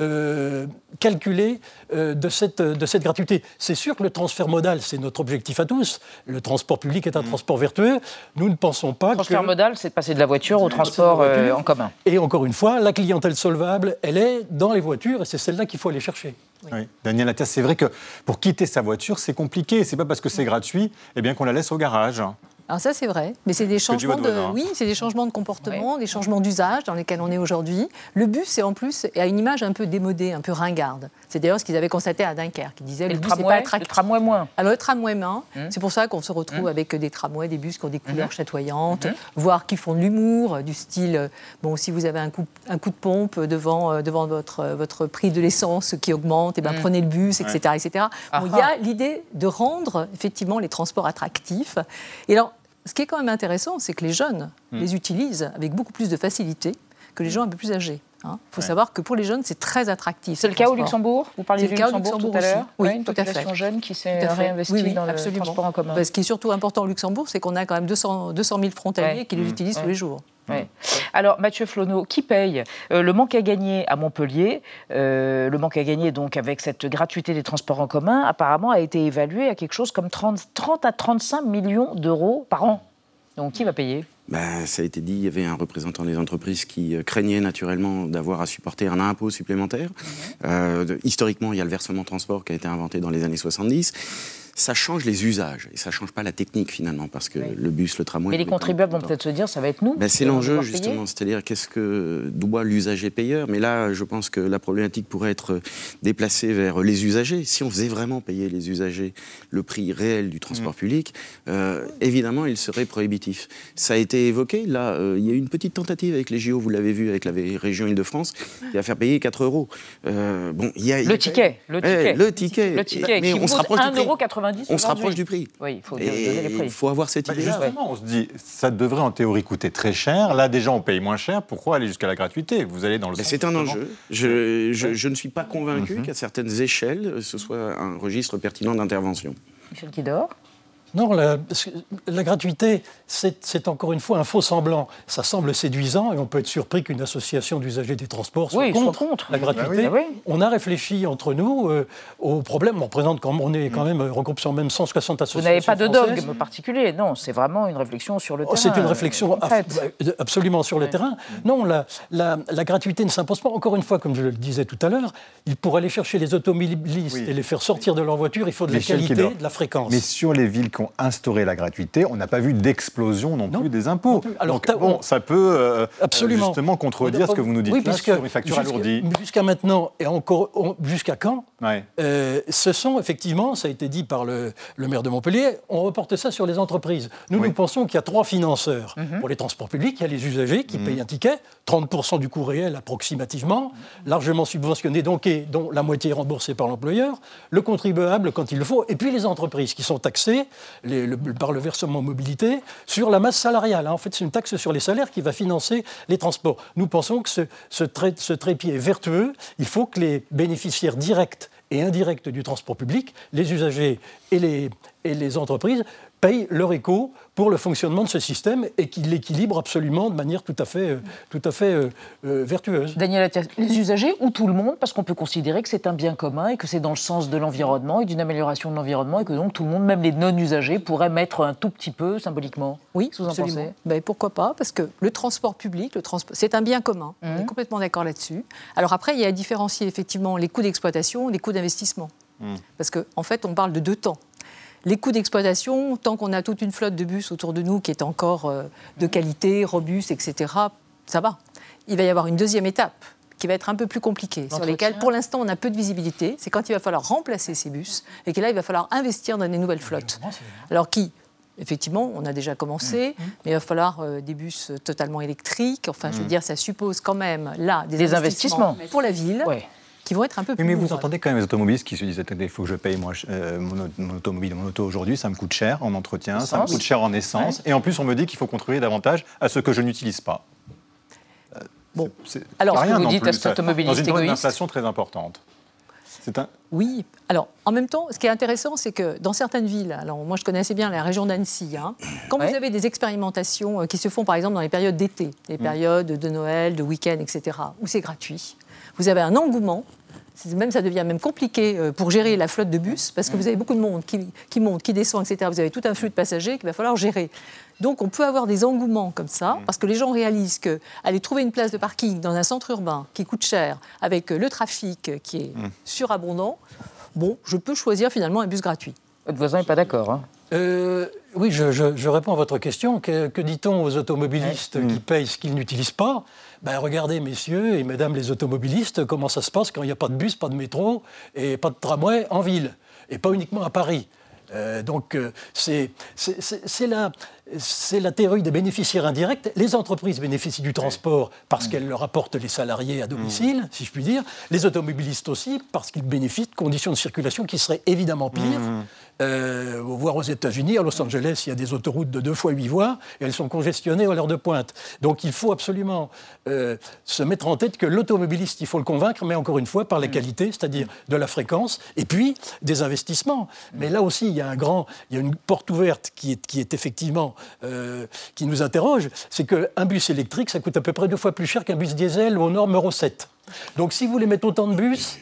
calculés de cette gratuité. C'est sûr que le transfert modal, c'est notre objectif à tous. Le transport public est un transport vertueux. Nous ne pensons pas que... Le transfert modal, c'est de passer de la voiture au transport en commun. Et encore une fois, la clientèle solvable, elle est dans les voitures et c'est celle-là qu'il faut aller chercher. Oui. Daniel Attias, c'est vrai que pour quitter sa voiture, c'est compliqué. C'est pas parce que c'est gratuit qu'on la laisse au garage. Alors ça c'est vrai, mais c'est des changements c'est des changements de comportement, des changements d'usage dans lesquels on est aujourd'hui. Le bus en plus a une image un peu démodée, un peu ringarde. C'est d'ailleurs ce qu'ils avaient constaté à Dunkerque. Ils disaient le bus n'est pas attractif. Le tramway moins. Alors le tramway moins, c'est pour ça qu'on se retrouve avec des tramways, des bus qui ont des couleurs chatoyantes, voire qui font de l'humour, du style si vous avez un coup de pompe devant votre prix de l'essence qui augmente, prenez le bus, etc. etc. Il y a l'idée de rendre effectivement les transports attractifs. Et alors, ce qui est quand même intéressant, c'est que les jeunes les utilisent avec beaucoup plus de facilité que les gens un peu plus âgés. Il faut savoir que pour les jeunes, c'est très attractif. C'est le cas au Luxembourg. Vous parliez du Luxembourg tout à l'heure. Oui, une tout à fait. population jeune qui s'est réinvestie dans le transport en commun. Ce qui est surtout important au Luxembourg, c'est qu'on a quand même 200 000 frontaliers qui les utilisent tous les jours. Ouais. Alors, Mathieu Flonneau, qui paye le manque à gagner à Montpellier? Le manque à gagner, donc, avec cette gratuité des transports en commun, apparemment, a été évalué à quelque chose comme 30 à 35 millions d'euros par an. Donc, qui va payer? Ça a été dit, il y avait un représentant des entreprises qui craignait naturellement d'avoir à supporter un impôt supplémentaire. Historiquement, il y a le versement transport qui a été inventé dans les années 70. Ça change les usages et ça ne change pas la technique finalement parce que le bus, le tramway... Mais les contribuables vont peut-être se dire, ça va être nous. C'est l'enjeu justement, c'est-à-dire qu'est-ce que doit l'usager payeur. Mais là, je pense que la problématique pourrait être déplacée vers les usagers. Si on faisait vraiment payer les usagers le prix réel du transport public, évidemment, il serait prohibitif. Ça a été évoqué, là, il y a eu une petite tentative avec les JO, vous l'avez vu, avec la région Île-de-France, qui va faire payer 4 €. Le ticket. Mais on se rapproche du prix. 1,90 €. On se rapproche du prix. Oui, il faut donner les prix. Il faut avoir cette idée. Justement, on se dit, ça devrait en théorie coûter très cher. Là, déjà, on paye moins cher. Pourquoi aller jusqu'à la gratuité? Vous allez dans le sens. C'est un enjeu. Je ne suis pas convaincu qu'à certaines échelles, ce soit un registre pertinent d'intervention. Michel Guidor. Non, la gratuité, c'est encore une fois un faux semblant. Ça semble séduisant et on peut être surpris qu'une association d'usagers des transports soit contre la gratuité. On a réfléchi entre nous au problème. On regroupe sur même 160 associations. Vous n'avez pas de dogme particulier, non. C'est vraiment une réflexion sur le terrain. C'est une réflexion absolument sur le terrain. Non, la gratuité ne s'impose pas. Encore une fois, comme je le disais tout à l'heure, pour aller chercher les automobilistes et les faire sortir de leur voiture, il faut de la qualité, de la fréquence. Mais sur les villes qui ont instauré la gratuité, on n'a pas vu d'explosion non plus des impôts. Alors, ça peut justement contredire ce que vous nous dites là sur une facture alourdie. Jusqu'à maintenant, et encore jusqu'à quand ce sont effectivement, ça a été dit par le maire de Montpellier, on reporte ça sur les entreprises. Nous pensons qu'il y a 3 financeurs. Pour les transports publics, il y a les usagers qui payent un ticket, 30% du coût réel approximativement, largement subventionné donc, et dont la moitié est remboursée par l'employeur, le contribuable quand il le faut, et puis les entreprises qui sont taxées par le versement mobilité sur la masse salariale. En fait, c'est une taxe sur les salaires qui va financer les transports. Nous pensons que ce trépied est vertueux. Il faut que les bénéficiaires directs et indirects du transport public, les usagers et les entreprises, payent leur écho pour le fonctionnement de ce système et qu'il l'équilibre absolument de manière tout à fait vertueuse. Daniel Attias, les usagers ou tout le monde, parce qu'on peut considérer que c'est un bien commun et que c'est dans le sens de l'environnement et d'une amélioration de l'environnement et que donc tout le monde, même les non-usagers, pourraient mettre un tout petit peu symboliquement. Oui, absolument. Pourquoi pas? Parce que le transport public, c'est un bien commun. On est complètement d'accord là-dessus. Alors après, il y a à différencier effectivement les coûts d'exploitation, les coûts d'investissement. Parce qu'en fait, on parle de 2 temps. Les coûts d'exploitation, tant qu'on a toute une flotte de bus autour de nous qui est encore de qualité, robuste, etc., ça va. Il va y avoir une deuxième étape qui va être un peu plus compliquée, sur lesquelles, pour l'instant, on a peu de visibilité. C'est quand il va falloir remplacer ces bus et que là, il va falloir investir dans des nouvelles flottes. Alors effectivement, on a déjà commencé, mais il va falloir des bus totalement électriques. Enfin, je veux dire, ça suppose quand même, là, des investissements pour la ville. Qui vont être un peu plus... Mais vous entendez quand même les automobilistes qui se disent « il faut que je paye mon automobile, mon auto aujourd'hui, ça me coûte cher en entretien, ça me coûte cher en essence, et en plus on me dit qu'il faut contribuer davantage à ce que je n'utilise pas ». Alors, ce que vous dites à cet automobiliste égoïste... Dans une inflation très importante. Oui. Alors, en même temps, ce qui est intéressant, c'est que dans certaines villes, alors moi je connais assez bien la région d'Annecy, quand vous avez des expérimentations qui se font par exemple dans les périodes d'été, les périodes de Noël, de week-end, etc., où c'est gratuit, vous avez un engouement, ça devient même compliqué pour gérer la flotte de bus, parce que vous avez beaucoup de monde qui monte, qui descend, etc. Vous avez tout un flux de passagers qu'il va falloir gérer. Donc on peut avoir des engouements comme ça, parce que les gens réalisent qu'aller trouver une place de parking dans un centre urbain qui coûte cher, avec le trafic qui est surabondant, je peux choisir finalement un bus gratuit. Votre voisin n'est pas d'accord, Oui, je réponds à votre question. Que dit-on aux automobilistes qui payent ce qu'ils n'utilisent pas ? Regardez, messieurs et mesdames les automobilistes, comment ça se passe quand il n'y a pas de bus, pas de métro et pas de tramway en ville, et pas uniquement à Paris. C'est la théorie des bénéficiaires indirects. Les entreprises bénéficient du transport parce qu'elles leur apportent les salariés à domicile, si je puis dire. Les automobilistes aussi, parce qu'ils bénéficient de conditions de circulation qui seraient évidemment pires. Voire aux États-Unis, à Los Angeles, il y a des autoroutes de 2 fois 8 voies et elles sont congestionnées à l'heure de pointe. Donc il faut absolument se mettre en tête que l'automobiliste, il faut le convaincre, mais encore une fois, par les qualités, c'est-à-dire de la fréquence et puis des investissements. Mais là aussi, il y a une porte ouverte qui est effectivement qui nous interroge, c'est qu'un bus électrique, ça coûte à peu près 2 fois plus cher qu'un bus diesel aux normes Euro 7. Donc si vous voulez mettre autant de bus,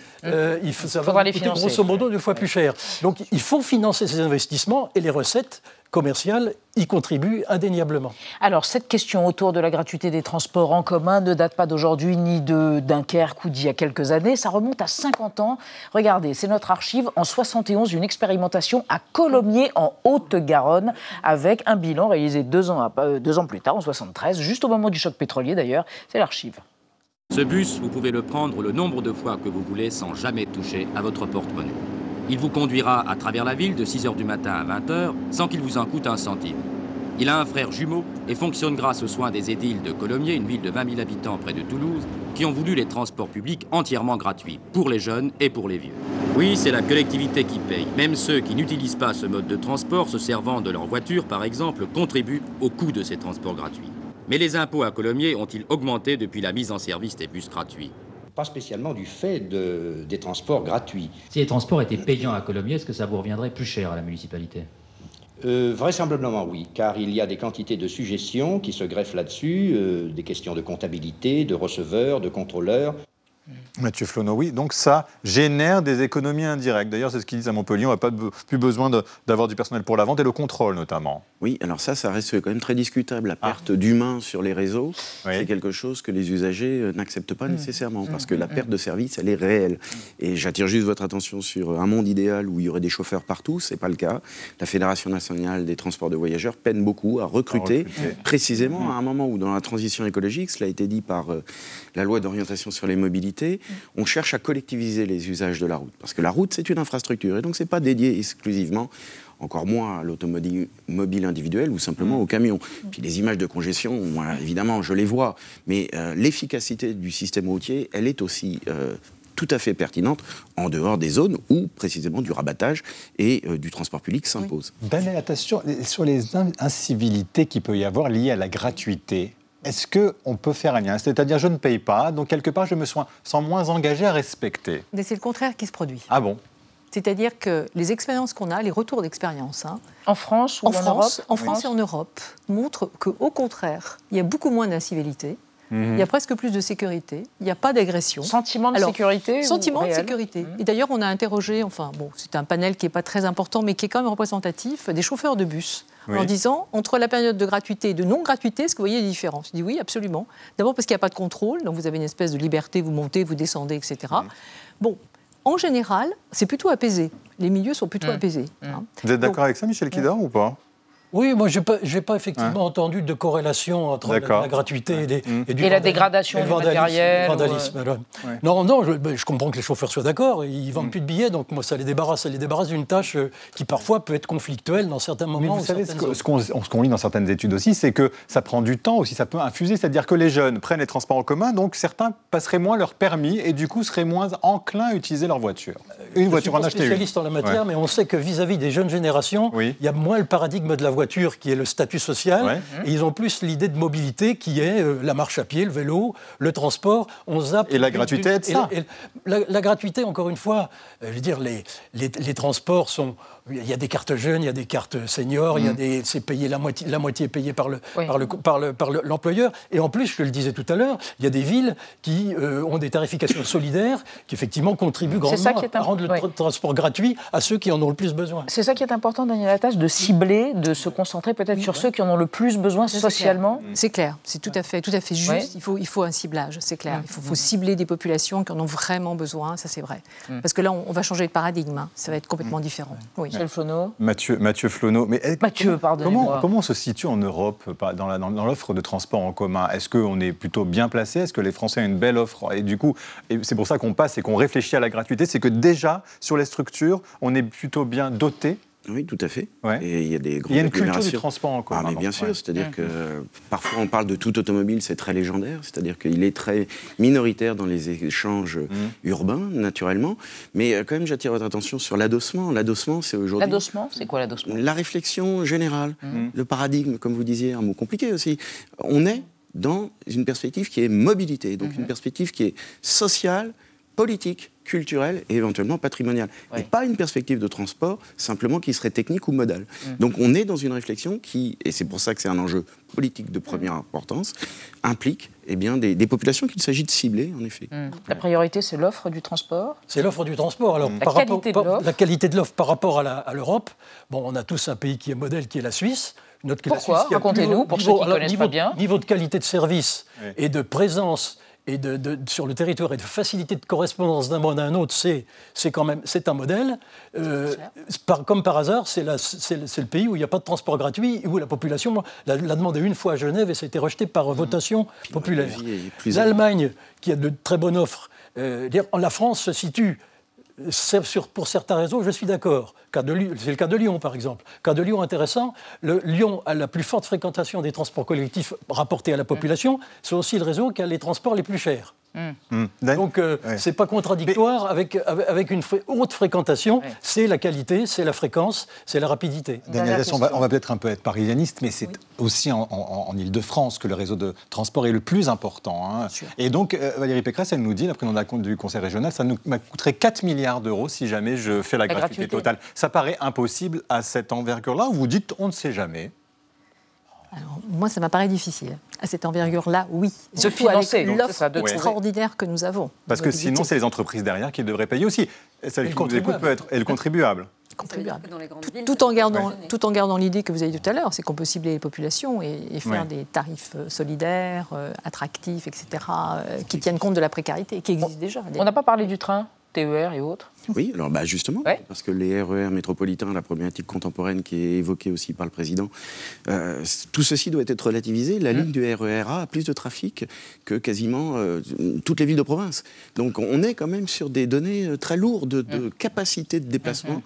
ça va coûter grosso modo 2 fois plus cher. Donc il faut financer ces investissements et les recettes commerciales y contribuent indéniablement. Alors cette question autour de la gratuité des transports en commun ne date pas d'aujourd'hui ni de Dunkerque ou d'il y a quelques années, ça remonte à 50 ans. Regardez, c'est notre archive. En 71, une expérimentation à Colomiers en Haute-Garonne avec un bilan réalisé 2 ans plus tard, en 73, juste au moment du choc pétrolier d'ailleurs. C'est l'archive. Ce bus, vous pouvez le prendre le nombre de fois que vous voulez sans jamais toucher à votre porte-monnaie. Il vous conduira à travers la ville de 6h du matin à 20h sans qu'il vous en coûte un centime. Il a un frère jumeau et fonctionne grâce aux soins des édiles de Colomiers, une ville de 20 000 habitants près de Toulouse, qui ont voulu les transports publics entièrement gratuits, pour les jeunes et pour les vieux. Oui, c'est la collectivité qui paye. Même ceux qui n'utilisent pas ce mode de transport, se servant de leur voiture par exemple, contribuent au coût de ces transports gratuits. Mais les impôts à Colomiers ont-ils augmenté depuis la mise en service des bus gratuits ? Pas spécialement du fait des transports gratuits. Si les transports étaient payants à Colomiers, est-ce que ça vous reviendrait plus cher à la municipalité ? Vraisemblablement oui, car il y a des quantités de suggestions qui se greffent là-dessus, des questions de comptabilité, de receveurs, de contrôleurs. Mathieu Flonneau, oui, donc ça génère des économies indirectes. D'ailleurs, c'est ce qu'ils disent à Montpellier, on n'a pas plus besoin d'avoir du personnel pour la vente et le contrôle notamment. Oui, alors ça reste quand même très discutable. La perte d'humains sur les réseaux, c'est quelque chose que les usagers n'acceptent pas nécessairement, parce que la perte de service, elle est réelle. Et j'attire juste votre attention sur un monde idéal où il y aurait des chauffeurs partout, c'est pas le cas. La Fédération nationale des transports de voyageurs peine beaucoup à recruter, précisément à un moment où dans la transition écologique, cela a été dit par la loi d'orientation sur les mobilités, on cherche à collectiviser les usages de la route. Parce que la route, c'est une infrastructure, et donc c'est pas dédié exclusivement, encore moins à l'automobile individuelle ou simplement aux camions. Puis les images de congestion, moi, évidemment, je les vois, mais l'efficacité du système routier, elle est aussi tout à fait pertinente en dehors des zones où, précisément, du rabattage et du transport public s'impose. Daniel, attention, sur les incivilités qu'il peut y avoir liées à la gratuité, est-ce qu'on peut faire un lien ? C'est-à-dire, je ne paye pas, donc quelque part, je me sens moins engagé à respecter. Mais c'est le contraire qui se produit. Ah bon ? C'est-à-dire que les expériences qu'on a, les retours d'expérience... en France ou en Europe ? En France et en Europe, montrent qu'au contraire, il y a beaucoup moins d'incivilité. Il y a presque plus de sécurité, il n'y a pas d'agression. Sentiment de sécurité ? Sentiment de sécurité. Et d'ailleurs, on a interrogé, c'est un panel qui n'est pas très important, mais qui est quand même représentatif, des chauffeurs de bus, en disant, entre la période de gratuité et de non-gratuité, est-ce que vous voyez des différences ? Je dis oui, absolument. D'abord parce qu'il n'y a pas de contrôle, donc vous avez une espèce de liberté, vous montez, vous descendez, etc. Bon, en général, c'est plutôt apaisé. Les milieux sont plutôt apaisés. Vous êtes d'accord avec ça, Michel Kidor, ou pas ? Oui, moi, je n'ai pas effectivement entendu de corrélation entre la gratuité et la dégradation du matériel. Vandalisme. Non, je comprends que les chauffeurs soient d'accord. Ils ne vendent plus de billets, donc moi, ça les débarrasse d'une tâche qui parfois peut être conflictuelle dans certains moments. Mais vous savez, ce qu'on lit dans certaines études aussi, c'est que ça prend du temps aussi, ça peut infuser. C'est-à-dire que les jeunes prennent les transports en commun, donc certains passeraient moins leur permis et du coup seraient moins enclins à utiliser leur voiture. Une voiture en acheter une. Je suis spécialiste en la matière, mais on sait que vis-à-vis des jeunes générations, il y a moins le paradigme de la voiture qui est le statut social, et ils ont plus l'idée de mobilité qui est la marche à pied, le vélo, le transport. On zappe. Et la gratuité est de ça. La gratuité, encore une fois, je veux dire, les transports sont... Il y a des cartes jeunes, il y a des cartes seniors, c'est payé la moitié est payée par l'employeur. Et en plus, je le disais tout à l'heure, il y a des villes qui ont des tarifications solidaires qui effectivement contribuent grandement à rendre le transport gratuit à ceux qui en ont le plus besoin. C'est ça qui est important, Daniel Lattache, de cibler, de se concentrer peut-être sur ceux qui en ont le plus besoin socialement. C'est clair, c'est tout à fait juste. Il faut un ciblage, c'est clair. Il faut cibler des populations qui en ont vraiment besoin, ça c'est vrai. Parce que là, on va changer de paradigme, ça va être complètement différent. Oui. Michel Flonneau. Mathieu Flonneau. Mais pardonnez-moi. Comment on se situe en Europe dans l'offre de transport en commun? Est-ce qu'on est plutôt bien placé? Est-ce que les Français ont une belle offre? Et du coup, c'est pour ça qu'on passe et qu'on réfléchit à la gratuité, c'est que déjà, sur les structures, on est plutôt bien doté. Oui, tout à fait. Ouais. Et il y a des grandes Il y a une culture du transport en commun. Mais bien sûr, c'est-à-dire que parfois on parle de tout automobile, c'est très légendaire, c'est-à-dire qu'il est très minoritaire dans les échanges urbains, naturellement. Mais quand même, j'attire votre attention sur l'adossement. L'adossement, c'est aujourd'hui... L'adossement, c'est quoi l'adossement? La réflexion générale, le paradigme, comme vous disiez, un mot compliqué aussi. On est dans une perspective qui est mobilité, donc une perspective qui est sociale, politique, culturelle et éventuellement patrimoniale. Et pas une perspective de transport simplement qui serait technique ou modale. Donc on est dans une réflexion qui, et c'est pour ça que c'est un enjeu politique de première importance, implique des populations qu'il s'agit de cibler, en effet. La priorité, c'est l'offre du transport? C'est l'offre du transport. Alors, la qualité de l'offre par rapport à l'Europe, on a tous un pays qui est modèle, qui est la Suisse. Pourquoi? Racontez-nous, pour ceux qui ne connaissent pas bien. Niveau de qualité de service et de présence et sur le territoire et de facilité de correspondance d'un monde à un autre, c'est un modèle. Comme par hasard, c'est le pays où il n'y a pas de transport gratuit, où la population l'a demandé une fois à Genève et ça a été rejeté par votation populaire. L'Allemagne, qui a de très bonnes offres, la France se situe pour certains réseaux, je suis d'accord. C'est le cas de Lyon, par exemple. Cas de Lyon intéressant. Lyon a la plus forte fréquentation des transports collectifs rapportés à la population. C'est aussi le réseau qui a les transports les plus chers. Donc, c'est pas contradictoire avec une haute fréquentation. C'est la qualité, c'est la fréquence, c'est la rapidité. Daniel Dasson, on va peut-être un peu être parisianiste, mais c'est aussi en Ile-de-France que le réseau de transport est le plus important. Et donc, Valérie Pécresse, elle nous dit, la présidente du Conseil régional, ça nous coûterait 4 milliards d'euros si jamais je fais la gratuité totale. Ça paraît impossible à cette envergure-là, ou vous dites on ne sait jamais? Alors, moi, ça m'apparaît difficile. À cette envergure-là, oui. Surtout avec l'offre extraordinaire que nous avons. Parce que sinon, c'est les entreprises derrière qui devraient payer aussi. Le contribuable. Tout en gardant l'idée que vous avez dit tout à l'heure, c'est qu'on peut cibler les populations et faire des tarifs solidaires, attractifs, etc., qui tiennent compte de la précarité, qui existent déjà. On n'a pas parlé du train, TER et autres? Oui, alors justement, parce que les RER métropolitains, la problématique contemporaine qui est évoquée aussi par le président, tout ceci doit être relativisé. La ligne du RER A a plus de trafic que quasiment toutes les villes de province. Donc on est quand même sur des données très lourdes de capacité de déplacement,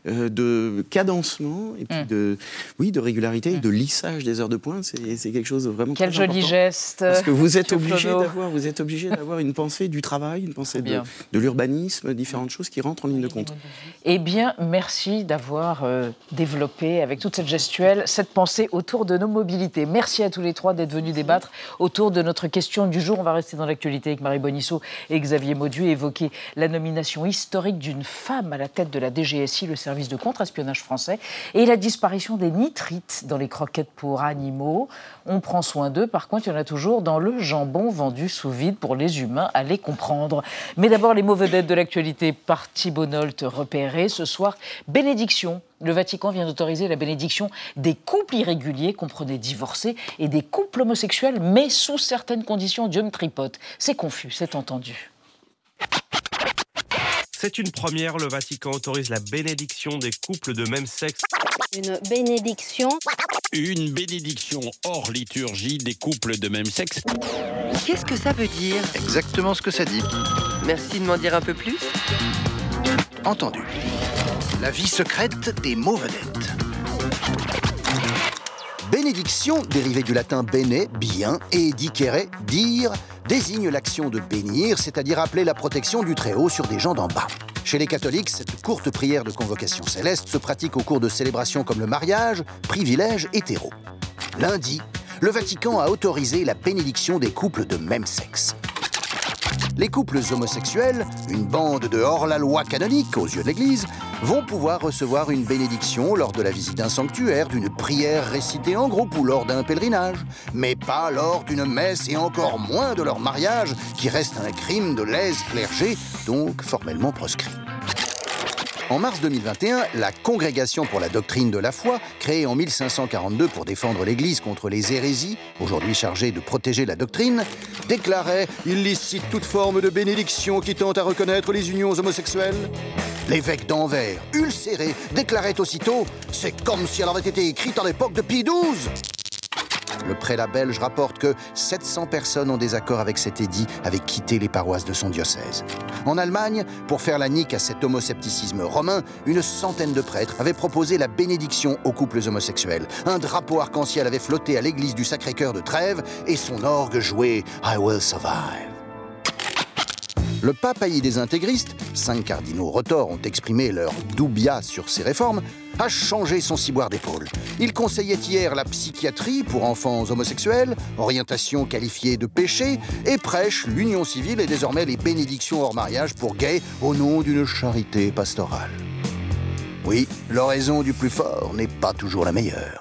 de cadencement, et puis de régularité, de lissage des heures de pointe. C'est quelque chose de vraiment très important. Quel joli geste. Parce que vous êtes obligé d'avoir une pensée du travail, une pensée de l'urbanisme, différentes choses qui rentrent en ligne de compte. Eh bien, merci d'avoir développé avec toute cette gestuelle cette pensée autour de nos mobilités. Merci à tous les trois d'être venus débattre autour de notre question du jour. On va rester dans l'actualité avec Marie Bonisseau et Xavier Mauduit et évoquer la nomination historique d'une femme à la tête de la DGSI, le service de contre-espionnage français, et la disparition des nitrites dans les croquettes pour animaux. On prend soin d'eux. Par contre, il y en a toujours dans le jambon vendu sous vide pour les humains, à les comprendre. Mais d'abord, les mots vedettes de l'actualité par Thibault Nolte repéré. Ce soir, bénédiction. Le Vatican vient d'autoriser la bénédiction des couples irréguliers, comprenez divorcés, et des couples homosexuels, mais sous certaines conditions. Dieu me tripote. C'est confus, c'est entendu. C'est une première, le Vatican autorise la bénédiction des couples de même sexe. Une bénédiction. Une bénédiction hors liturgie des couples de même sexe. Qu'est-ce que ça veut dire? Exactement ce que ça dit. Merci de m'en dire un peu plus. Entendu. La vie secrète des mots vedettes. Bénédiction, dérivé du latin bene, bien, et dicere, dire, désigne l'action de bénir, c'est-à-dire appeler la protection du Très-Haut sur des gens d'en bas. Chez les catholiques, cette courte prière de convocation céleste se pratique au cours de célébrations comme le mariage, privilège hétéro. Lundi, le Vatican a autorisé la bénédiction des couples de même sexe. Les couples homosexuels, une bande de hors-la-loi canonique aux yeux de l'Église, vont pouvoir recevoir une bénédiction lors de la visite d'un sanctuaire, d'une prière récitée en groupe ou lors d'un pèlerinage, mais pas lors d'une messe et encore moins de leur mariage, qui reste un crime de lèse-clergé, donc formellement proscrit. En mars 2021, la Congrégation pour la doctrine de la foi, créée en 1542 pour défendre l'Église contre les hérésies, aujourd'hui chargée de protéger la doctrine, déclarait illicite toute forme de bénédiction qui tente à reconnaître les unions homosexuelles. L'évêque d'Anvers, ulcéré, déclarait aussitôt « C'est comme si elle avait été écrite à l'époque de Pie XII ». Le prélat belge rapporte que 700 personnes en désaccord avec cet édit avaient quitté les paroisses de son diocèse. En Allemagne, pour faire la nique à cet homoscepticisme romain, une centaine de prêtres avaient proposé la bénédiction aux couples homosexuels. Un drapeau arc-en-ciel avait flotté à l'église du Sacré-Cœur de Trèves et son orgue jouait « I will survive ». Le pape haï des intégristes, 5 cardinaux retors ont exprimé leur doubia sur ces réformes, a changé son ciboire d'épaule. Il conseillait hier la psychiatrie pour enfants homosexuels, orientation qualifiée de péché, et prêche l'union civile et désormais les bénédictions hors mariage pour gays au nom d'une charité pastorale. Oui, l'oraison du plus fort n'est pas toujours la meilleure.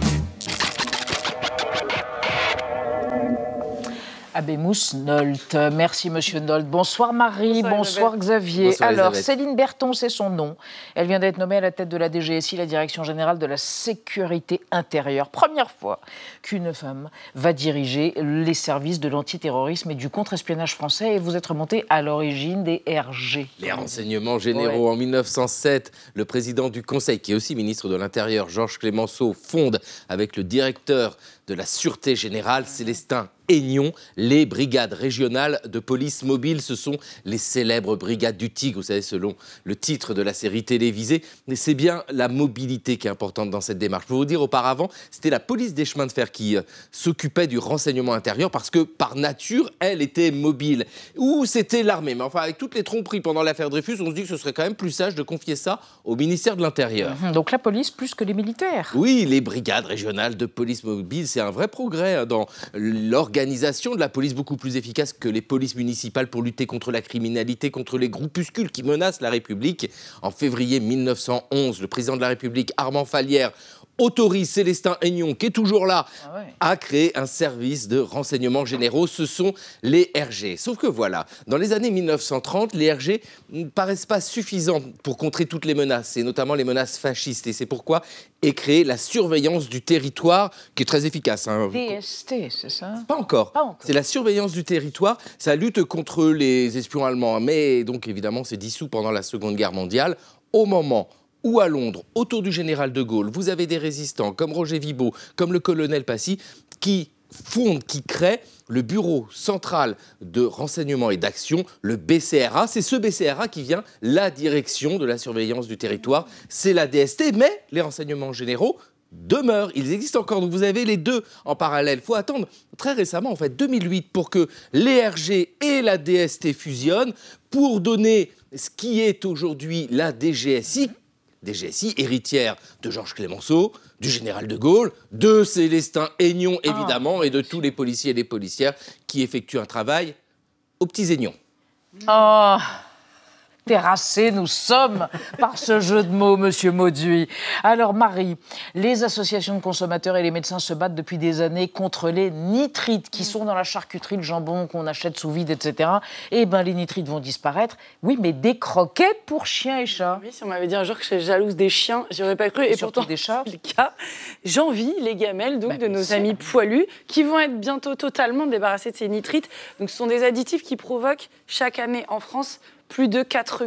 Abemous Nolt. Merci Monsieur Nolt. Bonsoir Marie, bonsoir Xavier. Bonsoir, alors, Elisabeth. Céline Berton, c'est son nom. Elle vient d'être nommée à la tête de la DGSI, la Direction Générale de la Sécurité Intérieure. Première fois qu'une femme va diriger les services de l'antiterrorisme et du contre-espionnage français. Et vous êtes remontée à l'origine des RG. Les renseignements généraux. Ouais. En 1907, le président du Conseil, qui est aussi ministre de l'Intérieur, Georges Clemenceau, fonde avec le directeur de la Sûreté Générale, Célestin Aignon, les brigades régionales de police mobile. Ce sont les célèbres brigades du Tigre, vous savez, selon le titre de la série télévisée. Mais c'est bien la mobilité qui est importante dans cette démarche. Pour vous dire, auparavant, c'était la police des chemins de fer qui s'occupait du renseignement intérieur parce que, par nature, elle était mobile. Ou c'était l'armée. Mais enfin, avec toutes les tromperies pendant l'affaire Dreyfus, on se dit que ce serait quand même plus sage de confier ça au ministère de l'Intérieur. Donc la police plus que les militaires. Oui, les brigades régionales de police mobile, c'est un vrai progrès dans l'organisation de la police, beaucoup plus efficace que les polices municipales pour lutter contre la criminalité, contre les groupuscules qui menacent la République. En février 1911, le président de la République, Armand Fallières, autorise Célestin Aignon, qui est toujours là, à créer un service de renseignements généraux. Ce sont les RG. Sauf que voilà, dans les années 1930, les RG ne paraissent pas suffisants pour contrer toutes les menaces, et notamment les menaces fascistes. Et c'est pourquoi est créée la surveillance du territoire, qui est très efficace. DST, c'est ça ? Pas encore. C'est la surveillance du territoire. Ça lutte contre les espions allemands. Mais donc, évidemment, c'est dissous pendant la Seconde Guerre mondiale. Au moment où à Londres, autour du général de Gaulle, vous avez des résistants comme Roger Vibaud, comme le colonel Passy, qui créent le Bureau central de renseignement et d'action, le BCRA. C'est ce BCRA qui vient la direction de la surveillance du territoire. C'est la DST, mais les renseignements généraux demeurent. Ils existent encore. Donc vous avez les deux en parallèle. Il faut attendre très récemment, en fait, 2008, pour que les RG et la DST fusionnent pour donner ce qui est aujourd'hui la DGSI, héritière de Georges Clemenceau, du général de Gaulle, de Célestin Aignon, évidemment, et de tous les policiers et les policières qui effectuent un travail aux petits aignons. Oh, terrassés nous sommes par ce jeu de mots, Monsieur Mauduit. Alors Marie, les associations de consommateurs et les médecins se battent depuis des années contre les nitrites qui sont dans la charcuterie, le jambon qu'on achète sous vide, etc. Eh bien, les nitrites vont disparaître. Oui, mais des croquettes pour chiens et chats. Oui, si on m'avait dit un jour que je serais jalouse des chiens, j'y aurais pas cru. Et pourtant, des chats. C'est le cas. J'envie les gamelles donc, de nos amis poilus qui vont être bientôt totalement débarrassés de ces nitrites. Donc, ce sont des additifs qui provoquent chaque année en France plus de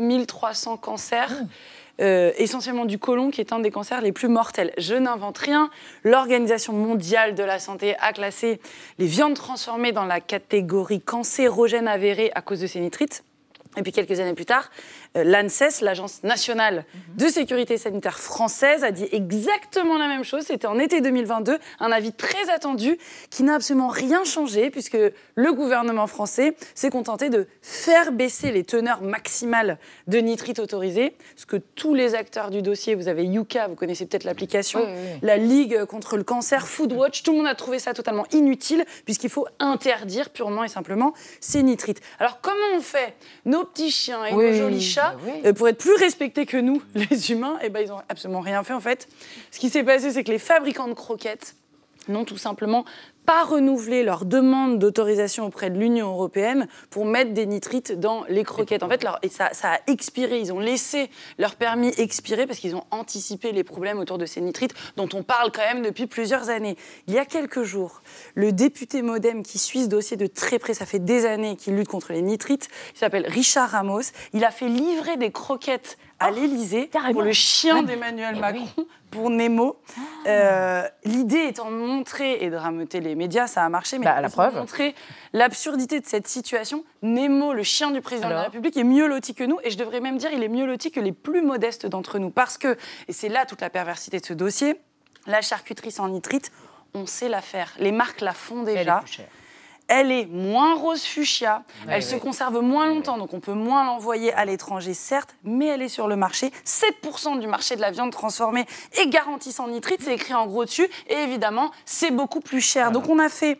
4300 cancers, essentiellement du côlon, qui est un des cancers les plus mortels. Je n'invente rien. L'Organisation mondiale de la santé a classé les viandes transformées dans la catégorie cancérogène avérée à cause de ces nitrites. Et puis quelques années plus tard, l'ANSES, l'Agence nationale de sécurité sanitaire française, a dit exactement la même chose. C'était en été 2022, un avis très attendu qui n'a absolument rien changé puisque le gouvernement français s'est contenté de faire baisser les teneurs maximales de nitrite autorisées. Ce que tous les acteurs du dossier, vous avez Yuka, vous connaissez peut-être l'application, la Ligue contre le cancer, Foodwatch, tout le monde a trouvé ça totalement inutile puisqu'il faut interdire purement et simplement ces nitrites. Alors comment on fait ? Nos petits chiens et nos jolis chats, pour être plus respectés que nous, les humains, eh ben, ils n'ont absolument rien fait en fait. Ce qui s'est passé, c'est que les fabricants de croquettes n'ont tout simplement pas renouvelé leur demande d'autorisation auprès de l'Union européenne pour mettre des nitrites dans les croquettes. En fait, ça a expiré. Ils ont laissé leur permis expirer parce qu'ils ont anticipé les problèmes autour de ces nitrites dont on parle quand même depuis plusieurs années. Il y a quelques jours, le député MoDem qui suit ce dossier de très près, ça fait des années qu'il lutte contre les nitrites, il s'appelle Richard Ramos, il a fait livrer des croquettes à l'Élysée pour le chien d'Emmanuel Macron, pour Nemo. L'idée étant de montrer et de rameuter les médias, ça a marché, mais de montrer l'absurdité de cette situation. Nemo, le chien du président de la République, est mieux loti que nous, et je devrais même dire il est mieux loti que les plus modestes d'entre nous. Parce que, et c'est là toute la perversité de ce dossier, la charcuterie sans nitrite, on sait la faire. Les marques la font déjà. Elle est plus chère. Elle est moins rose fuchsia, elle se conserve moins longtemps, donc on peut moins l'envoyer à l'étranger, certes, mais elle est sur le marché. 7% du marché de la viande transformée est garantie sans nitrite, c'est écrit en gros dessus, et évidemment, c'est beaucoup plus cher. Donc on a pris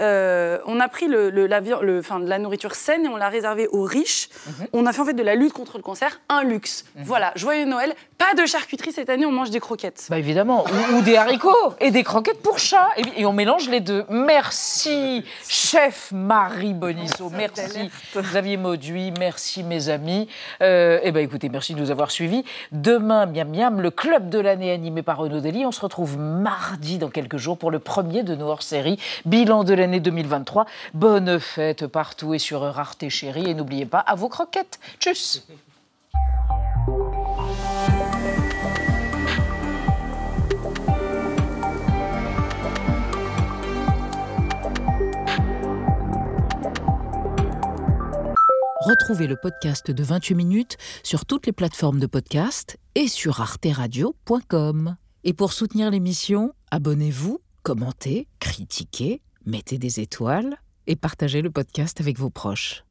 de la nourriture saine et on l'a réservée aux riches. On a fait en fait de la lutte contre le cancer un luxe. Voilà, joyeux Noël, pas de charcuterie cette année, on mange des croquettes. Bah évidemment, ou des haricots, et des croquettes pour chat, et on mélange les deux. Merci, chef Marie Bonisso, merci Xavier Mauduit, merci mes amis. Écoutez, merci de nous avoir suivis. Demain, miam miam, le club de l'année animé par Renaud Dely. On se retrouve mardi dans quelques jours pour le premier de nos hors-séries, bilan de l'année 2023. Bonne fête partout et sur Rareté Chérie. Et n'oubliez pas, à vos croquettes. Tchuss. Retrouvez le podcast de 28 minutes sur toutes les plateformes de podcast et sur arteradio.com. Et pour soutenir l'émission, abonnez-vous, commentez, critiquez, mettez des étoiles et partagez le podcast avec vos proches.